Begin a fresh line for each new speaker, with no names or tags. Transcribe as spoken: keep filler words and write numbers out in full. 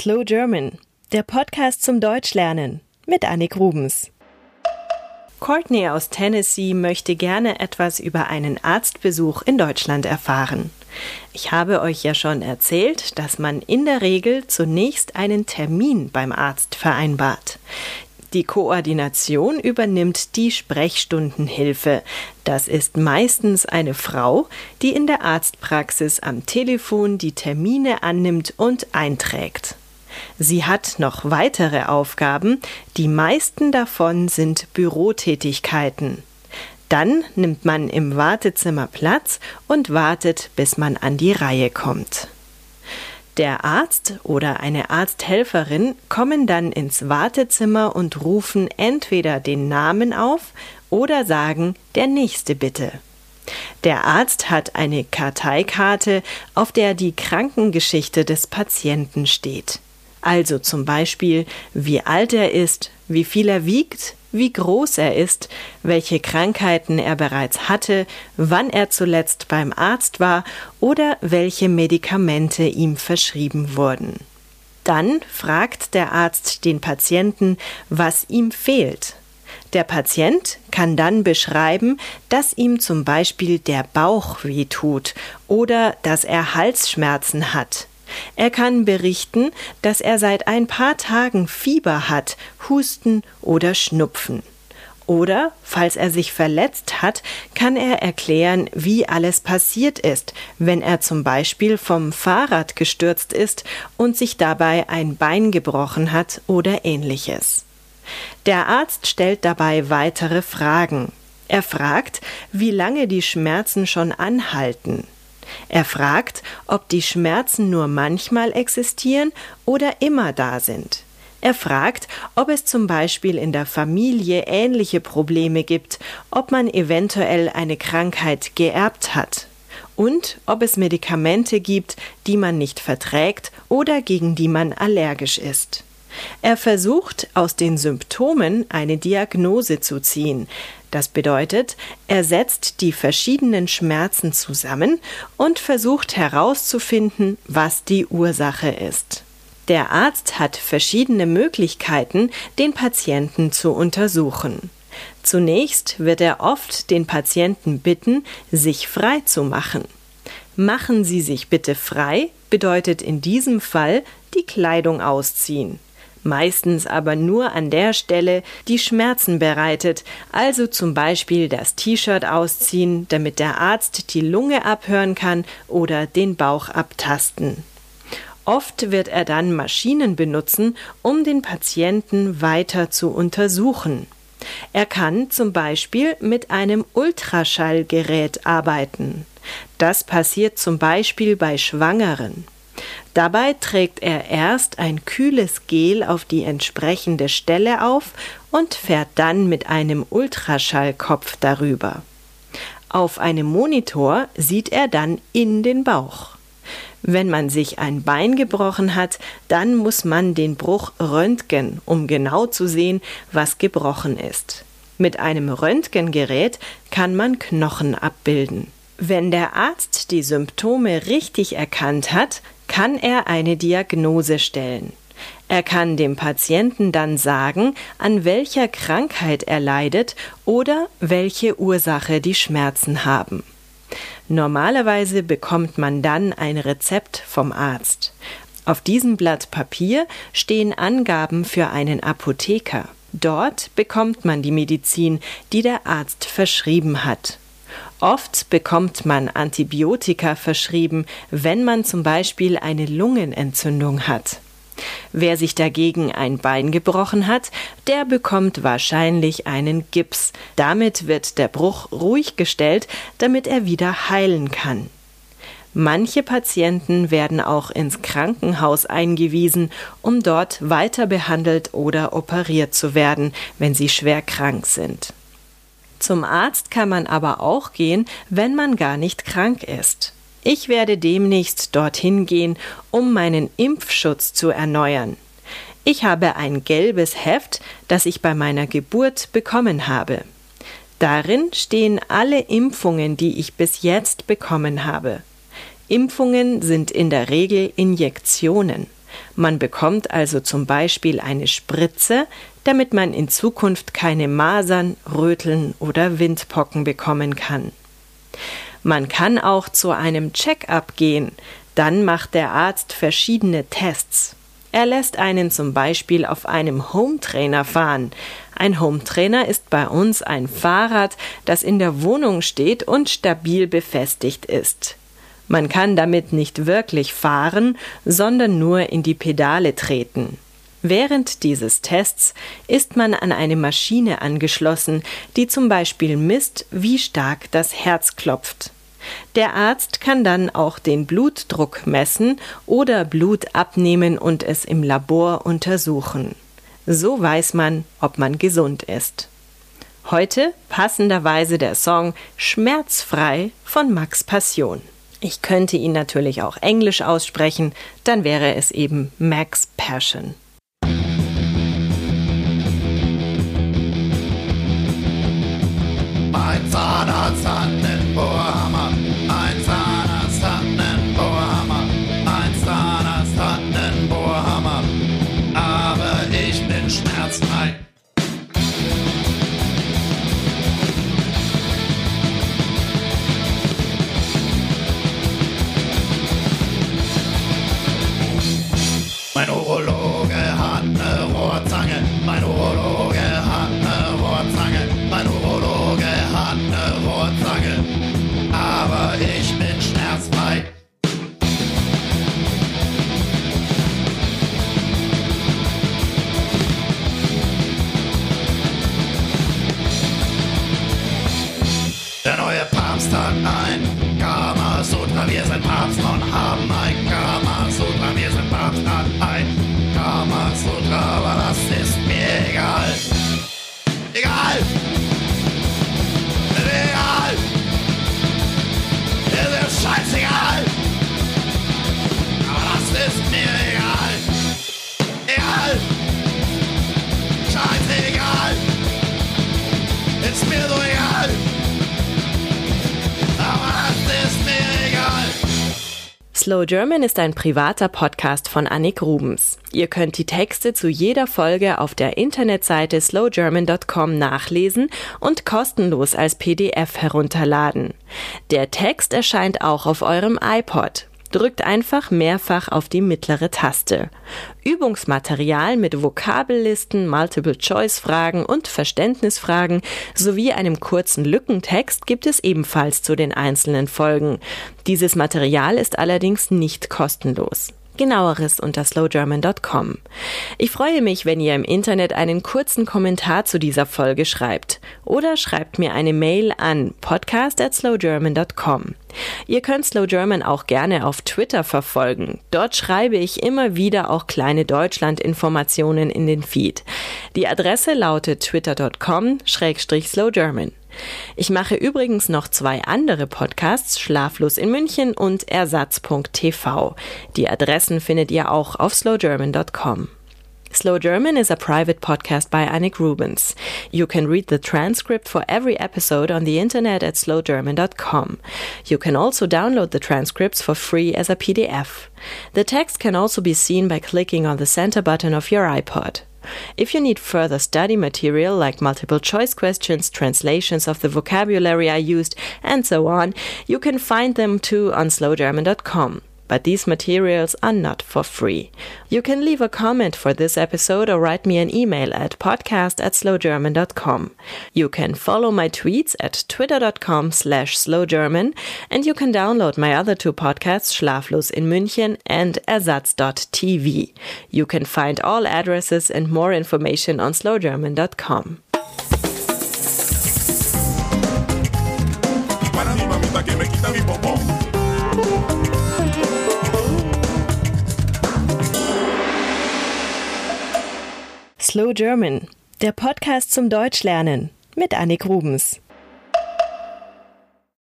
Slow German, der Podcast zum Deutschlernen mit Annik Rubens. Courtney aus Tennessee möchte gerne etwas über einen Arztbesuch in Deutschland erfahren. Ich habe euch ja schon erzählt, dass man in der Regel zunächst einen Termin beim Arzt vereinbart. Die Koordination übernimmt die Sprechstundenhilfe. Das ist meistens eine Frau, die in der Arztpraxis am Telefon die Termine annimmt und einträgt. Sie hat noch weitere Aufgaben, die meisten davon sind Bürotätigkeiten. Dann nimmt man im Wartezimmer Platz und wartet, bis man an die Reihe kommt. Der Arzt oder eine Arzthelferin kommen dann ins Wartezimmer und rufen entweder den Namen auf oder sagen, der Nächste bitte. Der Arzt hat eine Karteikarte, auf der die Krankengeschichte des Patienten steht. Also zum Beispiel, wie alt er ist, wie viel er wiegt, wie groß er ist, welche Krankheiten er bereits hatte, wann er zuletzt beim Arzt war oder welche Medikamente ihm verschrieben wurden. Dann fragt der Arzt den Patienten, was ihm fehlt. Der Patient kann dann beschreiben, dass ihm zum Beispiel der Bauch wehtut oder dass er Halsschmerzen hat. Er kann berichten, dass er seit ein paar Tagen Fieber hat, Husten oder Schnupfen. Oder, falls er sich verletzt hat, kann er erklären, wie alles passiert ist, wenn er zum Beispiel vom Fahrrad gestürzt ist und sich dabei ein Bein gebrochen hat oder ähnliches. Der Arzt stellt dabei weitere Fragen. Er fragt, wie lange die Schmerzen schon anhalten. Er fragt, ob die Schmerzen nur manchmal existieren oder immer da sind. Er fragt, ob es zum Beispiel in der Familie ähnliche Probleme gibt, ob man eventuell eine Krankheit geerbt hat und ob es Medikamente gibt, die man nicht verträgt oder gegen die man allergisch ist. Er versucht, aus den Symptomen eine Diagnose zu ziehen. Das bedeutet, er setzt die verschiedenen Schmerzen zusammen und versucht herauszufinden, was die Ursache ist. Der Arzt hat verschiedene Möglichkeiten, den Patienten zu untersuchen. Zunächst wird er oft den Patienten bitten, sich frei zu machen. Machen Sie sich bitte frei bedeutet in diesem Fall die Kleidung ausziehen. Meistens aber nur an der Stelle, die Schmerzen bereitet, also zum Beispiel das T-Shirt ausziehen, damit der Arzt die Lunge abhören kann oder den Bauch abtasten. Oft wird er dann Maschinen benutzen, um den Patienten weiter zu untersuchen. Er kann zum Beispiel mit einem Ultraschallgerät arbeiten. Das passiert zum Beispiel bei Schwangeren. Dabei trägt er erst ein kühles Gel auf die entsprechende Stelle auf und fährt dann mit einem Ultraschallkopf darüber. Auf einem Monitor sieht er dann in den Bauch. Wenn man sich ein Bein gebrochen hat, dann muss man den Bruch röntgen, um genau zu sehen, was gebrochen ist. Mit einem Röntgengerät kann man Knochen abbilden. Wenn der Arzt die Symptome richtig erkannt hat, kann er eine Diagnose stellen. Er kann dem Patienten dann sagen, an welcher Krankheit er leidet oder welche Ursache die Schmerzen haben. Normalerweise bekommt man dann ein Rezept vom Arzt. Auf diesem Blatt Papier stehen Angaben für einen Apotheker. Dort bekommt man die Medizin, die der Arzt verschrieben hat. Oft bekommt man Antibiotika verschrieben, wenn man zum Beispiel eine Lungenentzündung hat. Wer sich dagegen ein Bein gebrochen hat, der bekommt wahrscheinlich einen Gips. Damit wird der Bruch ruhig gestellt, damit er wieder heilen kann. Manche Patienten werden auch ins Krankenhaus eingewiesen, um dort weiter behandelt oder operiert zu werden, wenn sie schwer krank sind. Zum Arzt kann man aber auch gehen, wenn man gar nicht krank ist. Ich werde demnächst dorthin gehen, um meinen Impfschutz zu erneuern. Ich habe ein gelbes Heft, das ich bei meiner Geburt bekommen habe. Darin stehen alle Impfungen, die ich bis jetzt bekommen habe. Impfungen sind in der Regel Injektionen. Man bekommt also zum Beispiel eine Spritze, damit man in Zukunft keine Masern, Röteln oder Windpocken bekommen kann. Man kann auch zu einem Check-up gehen, dann macht der Arzt verschiedene Tests. Er lässt einen zum Beispiel auf einem Hometrainer fahren. Ein Hometrainer ist bei uns ein Fahrrad, das in der Wohnung steht und stabil befestigt ist. Man kann damit nicht wirklich fahren, sondern nur in die Pedale treten. Während dieses Tests ist man an eine Maschine angeschlossen, die zum Beispiel misst, wie stark das Herz klopft. Der Arzt kann dann auch den Blutdruck messen oder Blut abnehmen und es im Labor untersuchen. So weiß man, ob man gesund ist. Heute passenderweise der Song Schmerzfrei von Max Passion. Ich könnte ihn natürlich auch englisch aussprechen, dann wäre es eben Max Passion.
Ein Zahnarzt hat einen Bohrhammer, ein Zahnarzt hat einen Bohrhammer, ein Zahnarzt hat einen Bohrhammer, aber ich bin schmerzfrei. Mein Urologe hat eine Rohrzange, mein Urologe hat eine Rohrzange, mein Urologe hat eine Rohrzange, aber ich bin schmerzfrei. Der neue Papst hat ein Kamasutra, wir sind Papst und haben ein Kamasutra, wir sind Papst, hat ein Kamasutra, aber das ist mir egal. Egal! Egal! Es ist scheißegal! Aber das ist mir egal! Egal! Scheißegal! Ist mir so egal!
Slow German ist ein privater Podcast von Annik Rubens. Ihr könnt die Texte zu jeder Folge auf der Internetseite slow german dot com nachlesen und kostenlos als P D F herunterladen. Der Text erscheint auch auf eurem iPod. Drückt einfach mehrfach auf die mittlere Taste. Übungsmaterial mit Vokabellisten, Multiple-Choice-Fragen und Verständnisfragen sowie einem kurzen Lückentext gibt es ebenfalls zu den einzelnen Folgen. Dieses Material ist allerdings nicht kostenlos. Genaueres unter slow german dot com. Ich freue mich, wenn ihr im Internet einen kurzen Kommentar zu dieser Folge schreibt oder schreibt mir eine Mail an podcast at slow german dot com. Ihr könnt Slow German auch gerne auf Twitter verfolgen. Dort schreibe ich immer wieder auch kleine Deutschland-Informationen in den Feed. Die Adresse lautet twitter dot com slash slow german. Ich mache übrigens noch zwei andere Podcasts, Schlaflos in München und Ersatz punkt t v. Die Adressen findet ihr auch auf slow german dot com. Slow German is a private podcast by Annik Rubens. You can read the transcript for every episode on the internet at slow german dot com. You can also download the transcripts for free as a P D F. The text can also be seen by clicking on the center button of your iPod. If you need further study material like multiple choice questions, translations of the vocabulary I used, and so on, you can find them too on slow german dot com. But these materials are not for free. You can leave a comment for this episode or write me an email at podcast at slow german dot com. You can follow my tweets at twitter dot com slash slow german, and you can download my other two podcasts, Schlaflos in München and Ersatz dot t v. You can find all addresses and more information on slow german dot com. Slow German, der Podcast zum Deutschlernen mit Annik Rubens.